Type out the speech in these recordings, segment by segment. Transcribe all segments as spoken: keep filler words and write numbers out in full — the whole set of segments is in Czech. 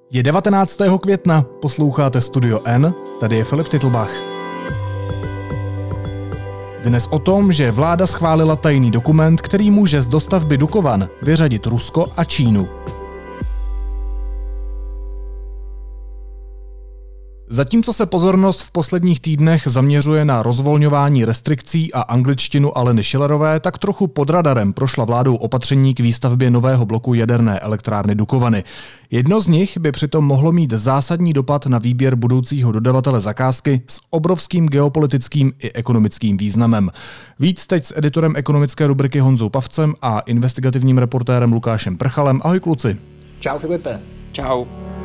Je devatenáctého května, posloucháte Studio N, tady je Filip Titlbach. Dnes o tom, že vláda schválila tajný dokument, který může z dostavby Dukovan vyřadit Rusko a Čínu. Zatímco se pozornost v posledních týdnech zaměřuje na rozvolňování restrikcí a angličtinu Aleny Schillerové, tak trochu pod radarem prošla vládou opatření k výstavbě nového bloku jaderné elektrárny Dukovany. Jedno z nich by přitom mohlo mít zásadní dopad na výběr budoucího dodavatele zakázky s obrovským geopolitickým i ekonomickým významem. Víc teď s editorem ekonomické rubriky Honzou Pavcem a investigativním reportérem Lukášem Prchalem. Ahoj kluci. Čau Filipe. Čau.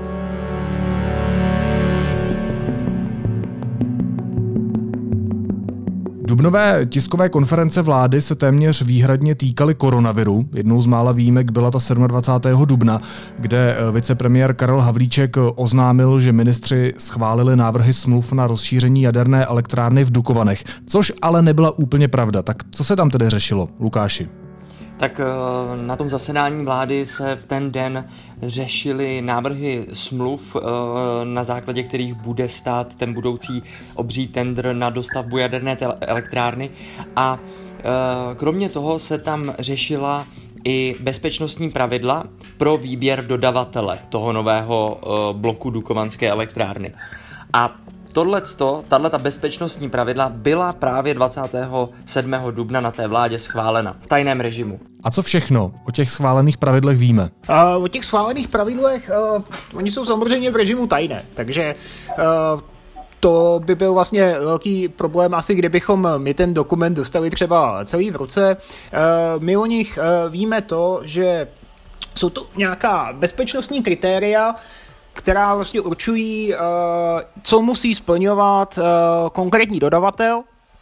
Dubnové tiskové konference vlády se téměř výhradně týkaly koronaviru. Jednou z mála výjimek byla ta dvacátého sedmého dubna, kde vicepremiér Karel Havlíček oznámil, že ministři schválili návrhy smluv na rozšíření jaderné elektrárny v Dukovanech, což ale nebyla úplně pravda. Tak co se tam tedy řešilo, Lukáši? Tak na tom zasedání vlády se v ten den řešily návrhy smluv, na základě kterých bude stát ten budoucí obří tendr na dostavbu jaderné elektrárny, a kromě toho se tam řešila i bezpečnostní pravidla pro výběr dodavatele toho nového bloku Dukovanské elektrárny. A Tohleto, tato bezpečnostní pravidla byla právě dvacátého sedmého dubna na té vládě schválena v tajném režimu. A co všechno o těch schválených pravidlech víme? Uh, o těch schválených pravidlech, uh, oni jsou samozřejmě v režimu tajné, takže uh, to by byl vlastně velký problém asi, kdybychom my ten dokument dostali třeba celý v ruce. Uh, my o nich uh, víme to, že jsou to nějaká bezpečnostní kritéria, která vlastně určují, co musí splňovat konkrétní dodavatel.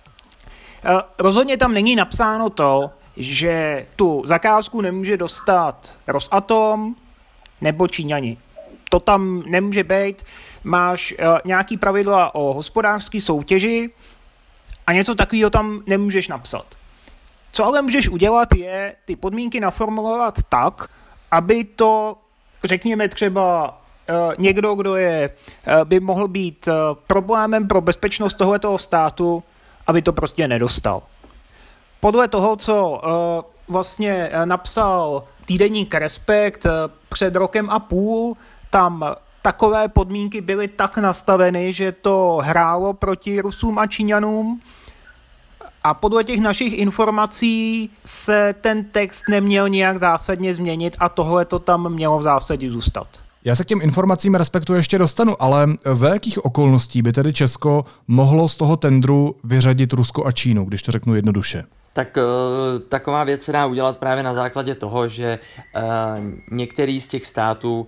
Rozhodně tam není napsáno to, že tu zakázku nemůže dostat Rosatom nebo Číňani. To tam nemůže být. Máš nějaký pravidla o hospodářské soutěži a něco takového tam nemůžeš napsat. Co ale můžeš udělat, je ty podmínky naformulovat tak, aby to, řekněme třeba, někdo, kdo je, by mohl být problémem pro bezpečnost tohoto státu, aby to prostě nedostal. Podle toho, co vlastně napsal týdeník Respekt před rokem a půl, tam takové podmínky byly tak nastaveny, že to hrálo proti Rusům a Číňanům. A podle těch našich informací se ten text neměl nějak zásadně změnit a tohle to tam mělo v zásadě zůstat. Já se k těm informacím Respektu ještě dostanu, ale za jakých okolností by tedy Česko mohlo z toho tendru vyřadit Rusko a Čínu, když to řeknu jednoduše? Tak taková věc se dá udělat právě na základě toho, že některý z těch států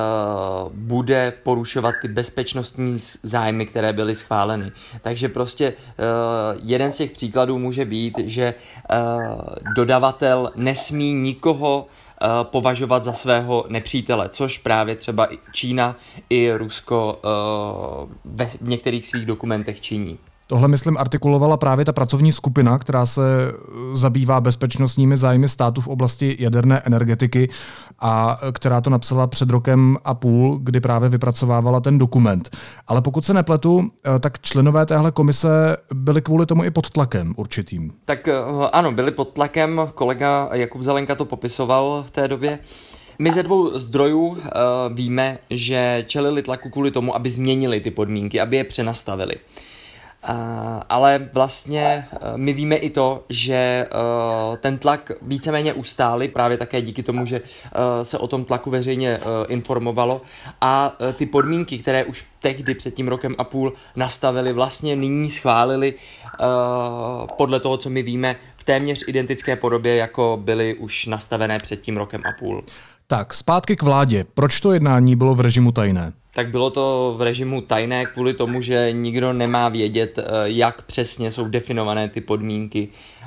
bude porušovat ty bezpečnostní zájmy, které byly schváleny. Takže prostě jeden z těch příkladů může být, že dodavatel nesmí nikoho považovat za svého nepřítele, což právě třeba Čína i Rusko v některých svých dokumentech činí. Tohle, myslím, artikulovala právě ta pracovní skupina, která se zabývá bezpečnostními zájmy států v oblasti jaderné energetiky a která to napsala před rokem a půl, kdy právě vypracovávala ten dokument. Ale pokud se nepletu, tak členové téhle komise byli kvůli tomu i pod tlakem určitým. Tak ano, byli pod tlakem, kolega Jakub Zelenka to popisoval v té době. My ze dvou zdrojů uh, víme, že čelili tlaku kvůli tomu, aby změnili ty podmínky, aby je přenastavili. Uh, ale vlastně uh, my víme i to, že uh, ten tlak víceméně ustáli, právě také díky tomu, že uh, se o tom tlaku veřejně uh, informovalo, a uh, ty podmínky, které už tehdy před tím rokem a půl nastavili, vlastně nyní schválili uh, podle toho, co my víme, v téměř identické podobě, jako byly už nastavené před tím rokem a půl. Tak, zpátky k vládě. Proč to jednání bylo v režimu tajné? Tak bylo to v režimu tajné kvůli tomu, že nikdo nemá vědět, jak přesně jsou definované ty podmínky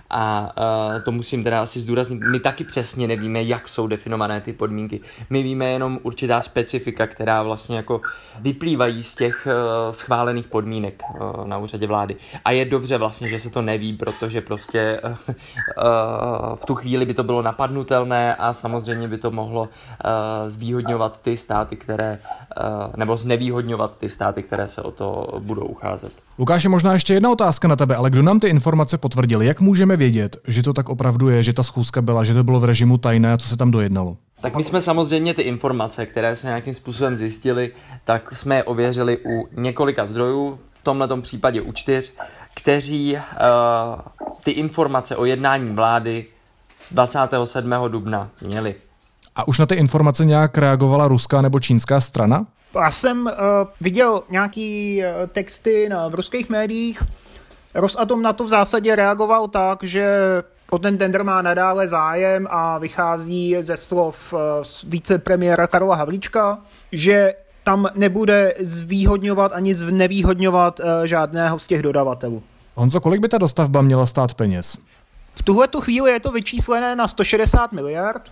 a uh, to musím teda asi zdůraznit, my taky přesně nevíme, jak jsou definované ty podmínky. My víme jenom určitá specifika, která vlastně jako vyplývají z těch uh, schválených podmínek uh, na úřadě vlády. A je dobře vlastně, že se to neví, protože prostě uh, uh, v tu chvíli by to bylo napadnutelné a samozřejmě by to mohlo uh, zvýhodňovat ty státy, které, uh, nebo znevýhodňovat ty státy, které se o to budou ucházet. Lukáši, možná ještě jedna otázka na tebe, ale kdo nám ty informace potvrdil? Jak můžeme vědět, že to tak opravdu je, že ta schůzka byla, že to bylo v režimu tajné a co se tam dojednalo? Tak my jsme samozřejmě ty informace, které jsme nějakým způsobem zjistili, tak jsme je ověřili u několika zdrojů, v tomhletom případě u čtyř, kteří uh, ty informace o jednání vlády dvacátého sedmého dubna měli. A už na ty informace nějak reagovala ruská nebo čínská strana? Já jsem uh, viděl nějaký uh, texty na v ruských médiích. Rosatom na to v zásadě reagoval tak, že o ten tender má nadále zájem a vychází ze slov uh, vicepremiéra Karla Havlíčka, že tam nebude zvýhodňovat ani znevýhodňovat uh, žádného z těch dodavatelů. Honzo, kolik by ta dostavba měla stát peněz? V tuhletu chvíli je to vyčíslené na sto šedesát miliard,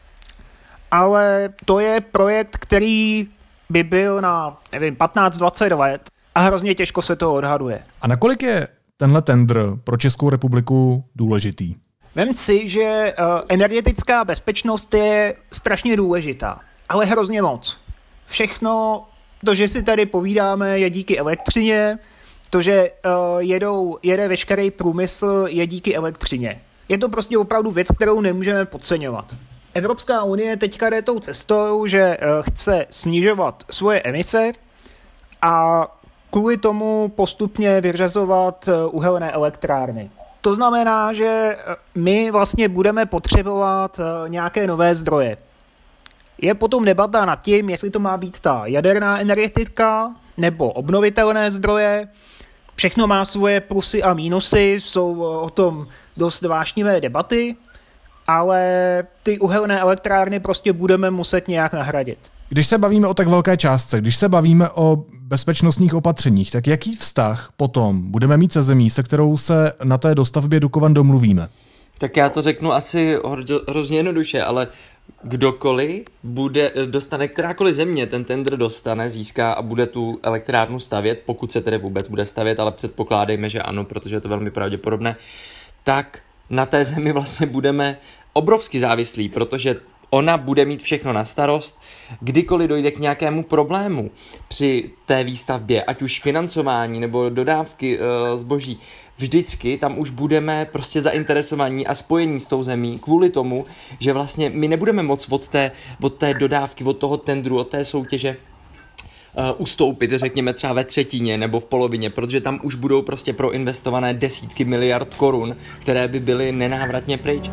ale to je projekt, který by byl na, nevím, patnáct dvacet let a hrozně těžko se to odhaduje. A nakolik je tenhle tendr pro Českou republiku důležitý? Vem si, že uh, energetická bezpečnost je strašně důležitá, ale hrozně moc. Všechno, to, že si tady povídáme, je díky elektřině, to, že uh, jedou, jede veškerý průmysl, je díky elektřině. Je to prostě opravdu věc, kterou nemůžeme podceňovat. Evropská unie teďka jde tou cestou, že uh, chce snižovat svoje emise a kvůli tomu postupně vyřazovat uh, uhelné elektrárny. To znamená, že my vlastně budeme potřebovat uh, nějaké nové zdroje. Je potom debata nad tím, jestli to má být ta jaderná energetika nebo obnovitelné zdroje. Všechno má svoje plusy a mínusy, jsou o tom dost vášnivé debaty, ale ty uhelné elektrárny prostě budeme muset nějak nahradit. Když se bavíme o tak velké částce, když se bavíme o bezpečnostních opatřeních, tak jaký vztah potom budeme mít se zemí, se kterou se na té dostavbě Dukovan domluvíme? Tak já to řeknu asi hrozně jednoduše, ale kdokoliv bude, dostane, kterákoliv země ten tender dostane, získá a bude tu elektrárnu stavět, pokud se tedy vůbec bude stavět, ale předpokládejme, že ano, protože je to velmi pravděpodobné, tak na té zemi vlastně budeme obrovsky závislí, protože ona bude mít všechno na starost, kdykoliv dojde k nějakému problému při té výstavbě, ať už financování nebo dodávky e, zboží, vždycky tam už budeme prostě zainteresovaní a spojení s tou zemí kvůli tomu, že vlastně my nebudeme moc od té, od té dodávky, od toho tendru, od té soutěže uh, ustoupit, řekněme třeba ve třetině nebo v polovině, protože tam už budou prostě proinvestované desítky miliard korun, které by byly nenávratně pryč.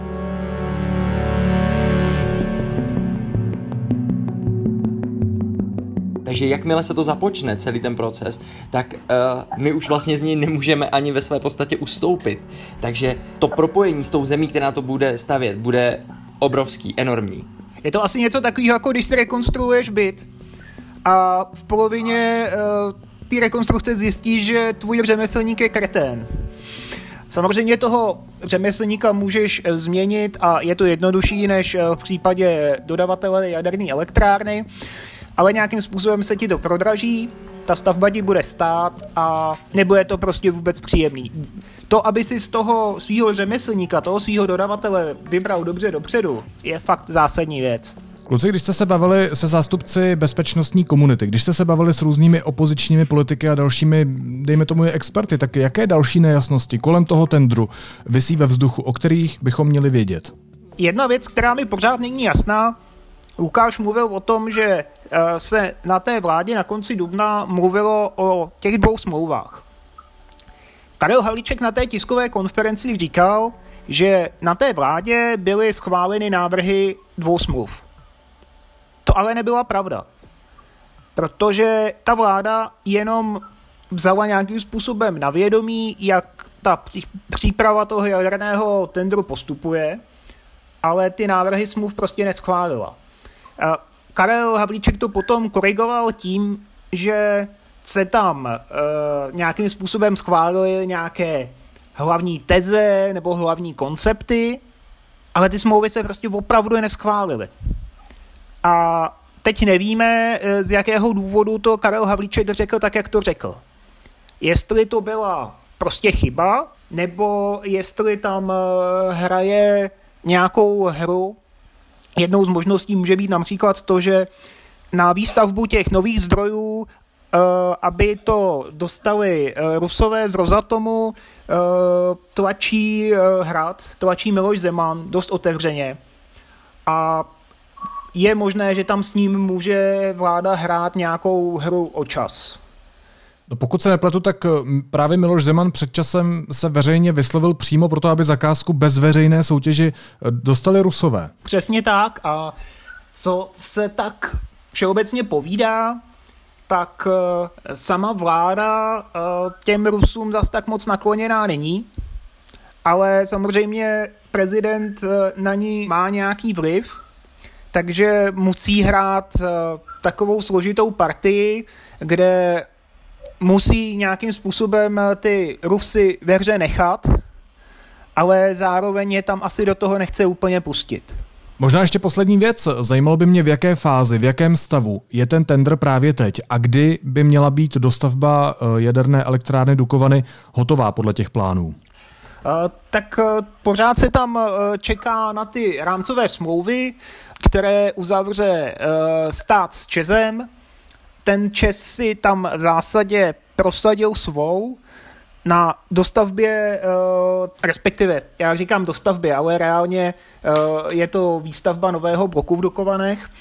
Takže jakmile se to započne, celý ten proces, tak uh, my už vlastně z něj nemůžeme ani ve své podstatě ustoupit. Takže to propojení s tou zemí, která to bude stavět, bude obrovský, enormní. Je to asi něco takového, jako když si rekonstruuješ byt a v polovině uh, té rekonstrukce zjistíš, že tvůj řemeslník je kretén. Samozřejmě toho řemeslníka můžeš změnit a je to jednodušší než v případě dodavatele jaderné elektrárny, ale nějakým způsobem se ti to prodraží, ta stavba ti bude stát a nebude to prostě vůbec příjemný. To, aby si z toho svýho řemeslníka, toho svýho dodavatele vybral dobře dopředu, je fakt zásadní věc. Kluci, když jste se bavili se zástupci bezpečnostní komunity, když jste se bavili s různými opozičními politiky a dalšími, dejme tomu je experty, tak jaké další nejasnosti kolem toho tendru visí ve vzduchu, o kterých bychom měli vědět? Jedna věc, která mi pořád není jasná, Lukáš mluvil o tom, že se na té vládě na konci dubna mluvilo o těch dvou smlouvách. Karel Havlíček na té tiskové konferenci říkal, že na té vládě byly schváleny návrhy dvou smluv. To ale nebyla pravda, protože ta vláda jenom vzala nějakým způsobem na vědomí, jak ta příprava toho jaderného tendru postupuje, ale ty návrhy smluv prostě neschválila. Karel Havlíček to potom korigoval tím, že se tam e, nějakým způsobem schválily nějaké hlavní teze nebo hlavní koncepty, ale ty smlouvy se prostě opravdu neschválily. A teď nevíme, z jakého důvodu to Karel Havlíček řekl tak, jak to řekl. Jestli to byla prostě chyba, nebo jestli tam hraje nějakou hru. Jednou z možností může být například to, že na výstavbu těch nových zdrojů, aby to dostali Rusové z Rosatomu, tlačí Hrad, tlačí Miloš Zeman dost otevřeně. A je možné, že tam s ním může vláda hrát nějakou hru o čas. No pokud se nepletu, tak právě Miloš Zeman před časem se veřejně vyslovil přímo proto, aby zakázku bez veřejné soutěži dostali Rusové. Přesně tak. A co se tak všeobecně povídá, tak sama vláda těm Rusům zas tak moc nakloněná není, ale samozřejmě prezident na ní má nějaký vliv, takže musí hrát takovou složitou partii, kde musí nějakým způsobem ty Rusy ve hře nechat, ale zároveň je tam asi do toho nechce úplně pustit. Možná ještě poslední věc. Zajímalo by mě, v jaké fázi, v jakém stavu je ten tendr právě teď a kdy by měla být dostavba jaderné elektrárny Dukovany hotová podle těch plánů? Uh, tak uh, pořád se tam uh, čeká na ty rámcové smlouvy, které uzavře uh, stát s ČEZem. Ten ČEZ si tam v zásadě prosadil svou na dostavbě, respektive, já říkám dostavbě, ale reálně je to výstavba nového bloku v Dukovanech.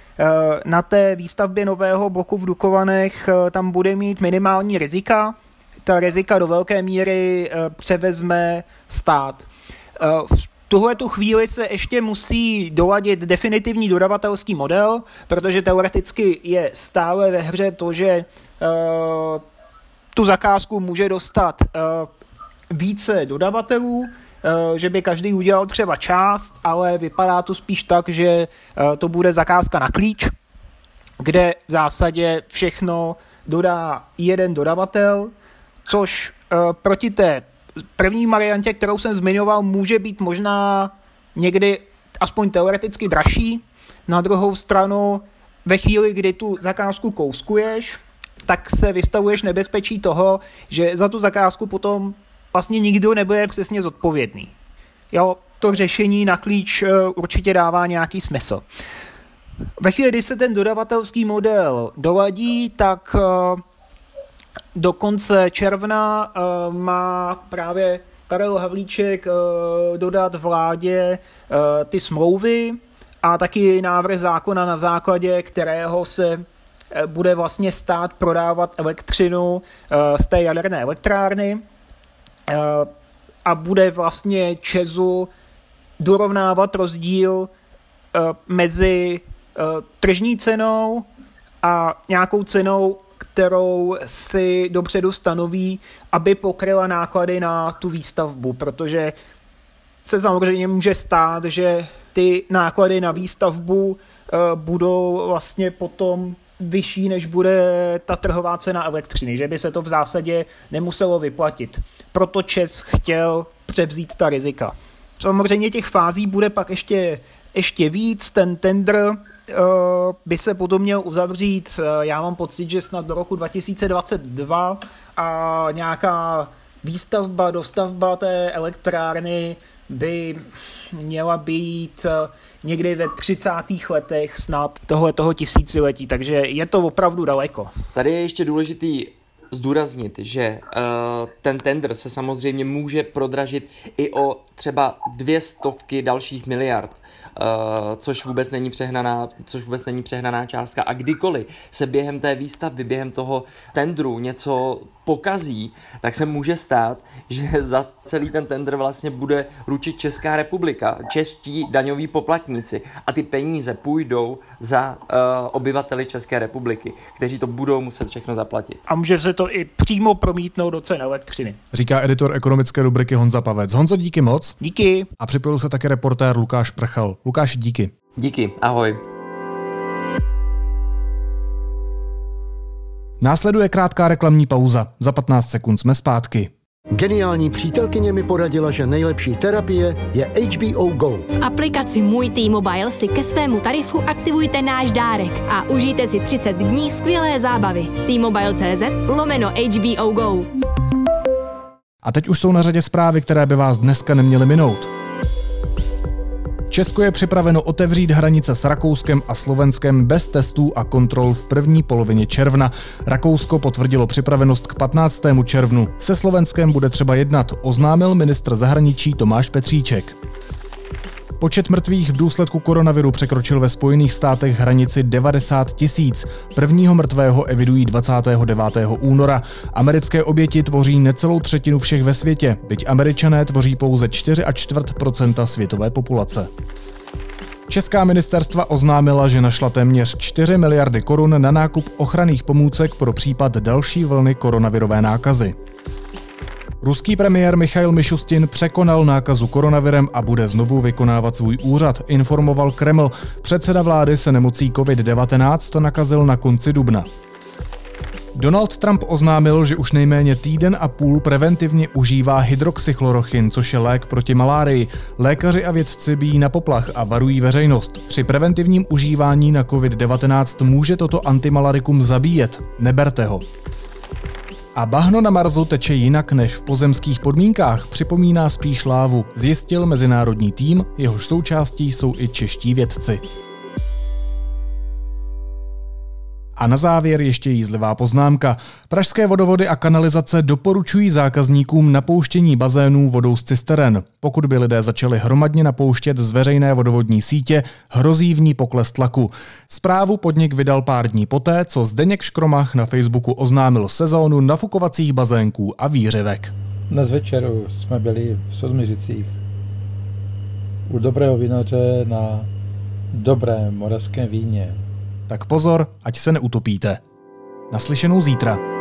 Na té výstavbě nového bloku v Dukovanech tam bude mít minimální rizika. Ta rizika do velké míry převezme stát. V tuhletu chvíli se ještě musí doladit definitivní dodavatelský model, protože teoreticky je stále ve hře to, že uh, tu zakázku může dostat uh, více dodavatelů, uh, že by každý udělal třeba část, ale vypadá to spíš tak, že uh, to bude zakázka na klíč, kde v zásadě všechno dodá jeden dodavatel, což uh, proti té první variantě, kterou jsem zmiňoval, může být možná někdy aspoň teoreticky dražší. Na druhou stranu, ve chvíli, kdy tu zakázku kouskuješ, tak se vystavuješ nebezpečí toho, že za tu zakázku potom vlastně nikdo nebude přesně zodpovědný. Jo, to řešení na klíč určitě dává nějaký smysl. Ve chvíli, kdy se ten dodavatelský model doladí, tak do konce června uh, má právě Karel Havlíček uh, dodat vládě uh, ty smlouvy a taky návrh zákona, na základě kterého se uh, bude vlastně stát prodávat elektřinu uh, z té jaderné elektrárny uh, a bude vlastně ČEZu dorovnávat rozdíl uh, mezi uh, tržní cenou a nějakou cenou, kterou si dopředu stanoví, aby pokryla náklady na tu výstavbu, protože se samozřejmě může stát, že ty náklady na výstavbu uh, budou vlastně potom vyšší, než bude ta trhová cena elektřiny, že by se to v zásadě nemuselo vyplatit. Proto ČEZ chtěl převzít ta rizika. Samozřejmě těch fází bude pak ještě, ještě víc, ten tendr by se potom měl uzavřít, já mám pocit, že snad do roku dva tisíce dvacet dva a nějaká výstavba, dostavba té elektrárny by měla být někdy ve třicátých letech snad tohletoho tisíciletí, takže je to opravdu daleko. Tady je ještě důležitý zdůraznit, že uh, ten tendr se samozřejmě může prodražit i o třeba dvě stovky dalších miliard. Uh, což vůbec není přehnaná, což vůbec není přehnaná částka. A kdykoliv se během té výstavby, během toho tendru něco pokazí, tak se může stát, že za celý ten tendr vlastně bude ručit Česká republika, čeští daňoví poplatníci a ty peníze půjdou za uh, obyvateli České republiky, kteří to budou muset všechno zaplatit. A může se to i přímo promítnout do cen elektřiny. Říká editor ekonomické rubriky Honza Pavec. Honzo, díky moc. Díky. A připojil se také reportér Lukáš Prchal. Lukáš, díky. Díky, ahoj. Následuje krátká reklamní pauza. Za patnáct sekund jsme zpátky. Geniální přítelkyně mi poradila, že nejlepší terapie je H B O Go. V aplikaci Můj T-Mobile si ke svému tarifu aktivujte náš dárek a užijte si třicet dní skvělé zábavy. T-Mobile.cz lomeno H B O Go. A teď už jsou na řadě zprávy, které by vás dneska neměly minout. Česko je připraveno otevřít hranice s Rakouskem a Slovenskem bez testů a kontrol v první polovině června. Rakousko potvrdilo připravenost k patnáctému červnu. Se Slovenskem bude třeba jednat, oznámil ministr zahraničí Tomáš Petříček. Počet mrtvých v důsledku koronaviru překročil ve Spojených státech hranici devadesát tisíc. Prvního mrtvého evidují dvacátého devátého února. Americké oběti tvoří necelou třetinu všech ve světě, byť Američané tvoří pouze čtyři a čtvrt procenta světové populace. Česká ministerstva oznámila, že našla téměř čtyři miliardy korun na nákup ochranných pomůcek pro případ další vlny koronavirové nákazy. Ruský premiér Michail Mišustin překonal nákazu koronavirem a bude znovu vykonávat svůj úřad, informoval Kreml. Předseda vlády se nemocí covid devatenáct nakazil na konci dubna. Donald Trump oznámil, že už nejméně týden a půl preventivně užívá hydroxychlorochin, což je lék proti malárii. Lékaři a vědci bijí na poplach a varují veřejnost. Při preventivním užívání na covid devatenáct může toto antimalarikum zabíjet. Neberte ho. A bahno na Marsu teče jinak než v pozemských podmínkách, připomíná spíš lávu, zjistil mezinárodní tým, jehož součástí jsou i čeští vědci. A na závěr ještě jízlivá poznámka. Pražské vodovody a kanalizace doporučují zákazníkům napouštění bazénů vodou z cisteren. Pokud by lidé začali hromadně napouštět z veřejné vodovodní sítě, hrozí v ní pokles tlaku. Zprávu podnik vydal pár dní poté, co Zdeněk Škromach na Facebooku oznámil sezónu nafukovacích bazénků a výřivek. Dnes večer jsme byli v Soudmiřicích u dobrého vinaře na dobrém moravském víně. Tak pozor, ať se neutopíte. Naslyšenou zítra.